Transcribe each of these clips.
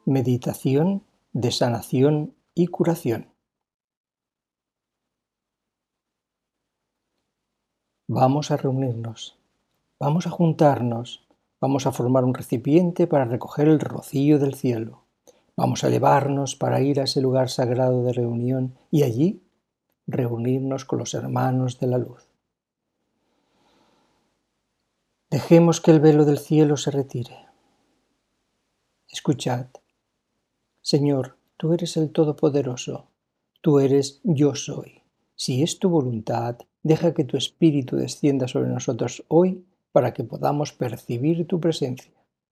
Meditación de sanación y curación. Vamos a reunirnos, vamos a juntarnos, vamos a formar un recipiente para recoger el rocío del cielo. Vamos a elevarnos para ir a ese lugar sagrado de reunión y allí reunirnos con los hermanos de la luz. Dejemos que el velo del cielo se retire. Escuchad. Señor, tú eres el Todopoderoso, tú eres Yo Soy. Si es tu voluntad, deja que tu Espíritu descienda sobre nosotros hoy para que podamos percibir tu presencia.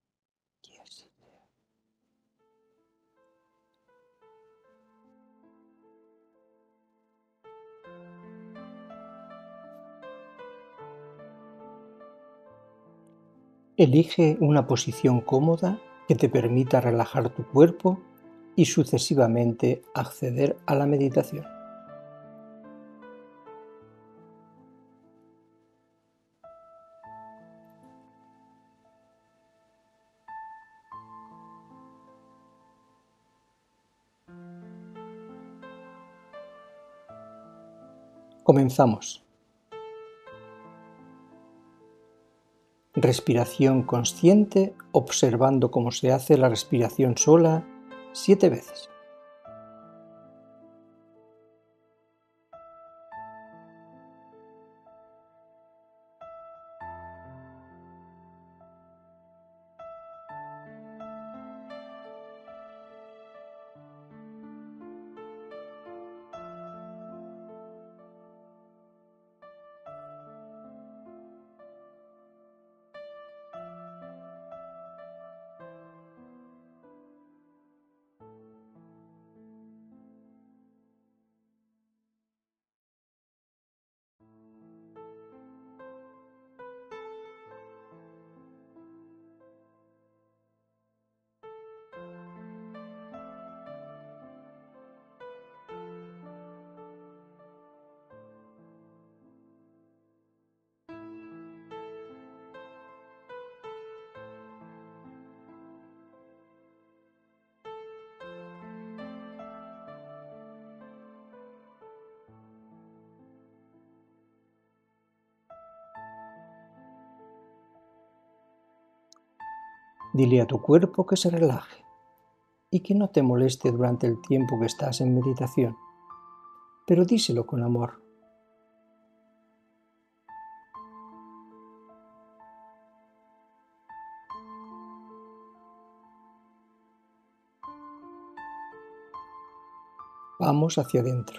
Elige una posición cómoda que te permita relajar tu cuerpo y sucesivamente acceder a la meditación. Comenzamos. Respiración consciente, observando cómo se hace la respiración sola 7 veces. Dile a tu cuerpo que se relaje y que no te moleste durante el tiempo que estás en meditación, pero díselo con amor. Vamos hacia adentro.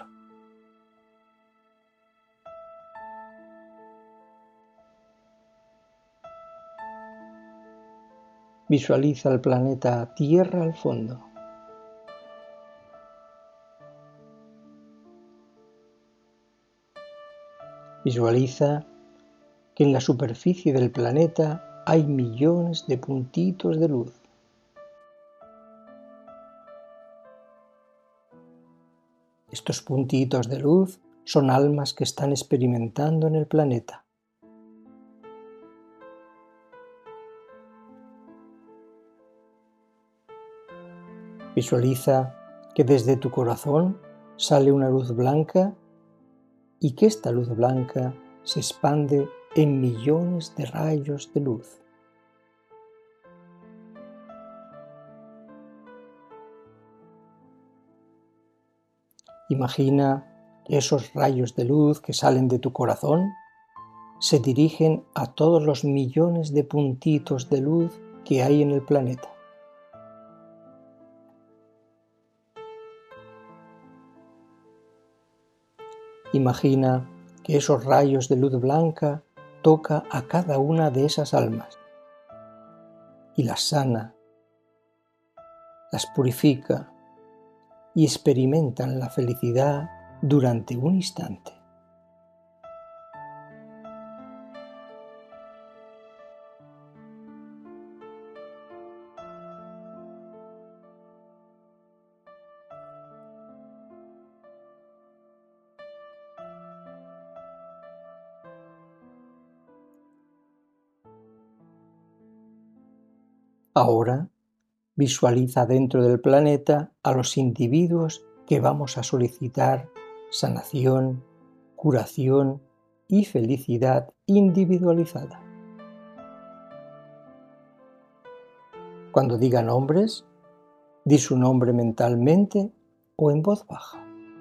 Visualiza el planeta Tierra al fondo. Visualiza que en la superficie del planeta hay millones de puntitos de luz. Estos puntitos de luz son almas que están experimentando en el planeta. Visualiza que desde tu corazón sale una luz blanca y que esta luz blanca se expande en millones de rayos de luz. Imagina que esos rayos de luz que salen de tu corazón se dirigen a todos los millones de puntitos de luz que hay en el planeta. Imagina que esos rayos de luz blanca toca a cada una de esas almas y las sana, las purifica y experimentan la felicidad durante un instante. Ahora Visualiza dentro del planeta a los individuos que vamos a solicitar sanación, curación y felicidad individualizada. Cuando diga nombres, di su nombre mentalmente o en voz baja.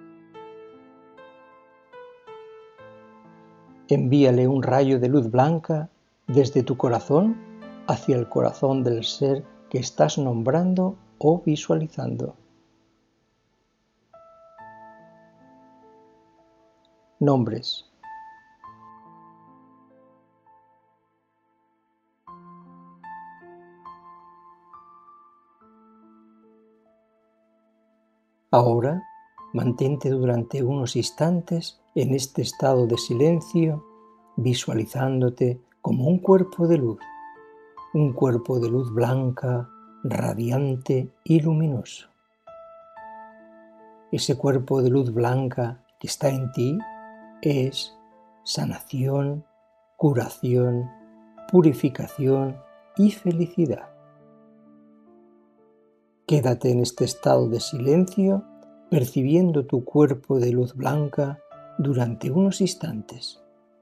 Envíale un rayo de luz blanca desde tu corazón hacia el corazón del ser que estás nombrando o visualizando. Nombres. Ahora, mantente durante unos instantes en este estado de silencio, visualizándote como un cuerpo de luz blanca, radiante y luminoso. Ese cuerpo de luz blanca que está en ti es sanación, curación, purificación y felicidad. Quédate en este estado de silencio, percibiendo tu cuerpo de luz blanca durante unos instantes.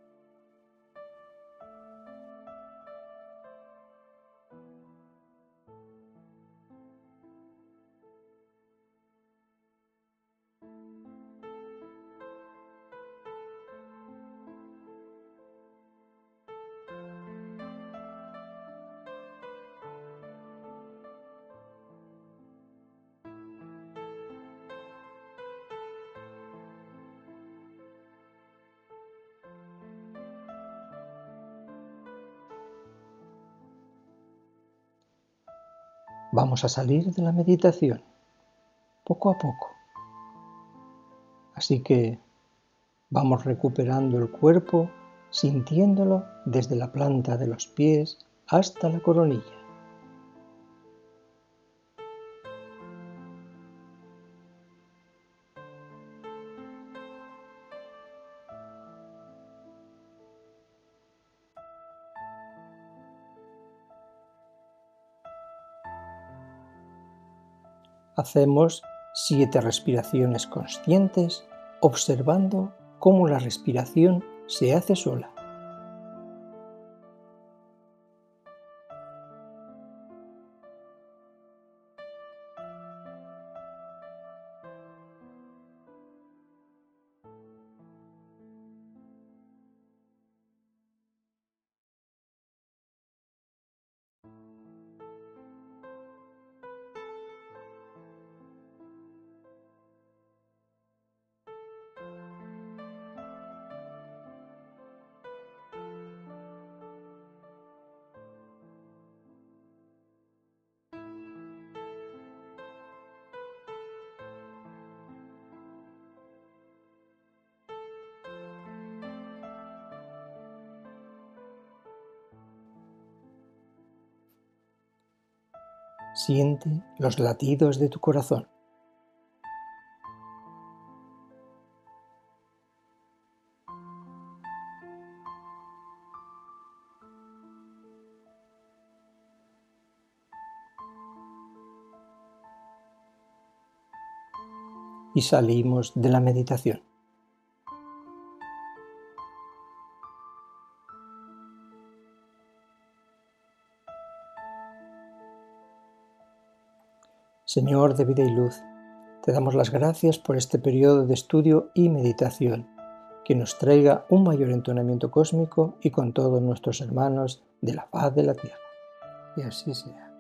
Vamos a salir de la meditación, poco a poco. Así que vamos recuperando el cuerpo, sintiéndolo desde la planta de los pies hasta la coronilla. Hacemos 7 respiraciones conscientes, observando cómo la respiración se hace sola. Siente los latidos de tu corazón. Y salimos de la meditación. Señor de vida y luz, te damos las gracias por este periodo de estudio y meditación, que nos traiga un mayor entonamiento cósmico y con todos nuestros hermanos de la paz de la tierra. Y así sea.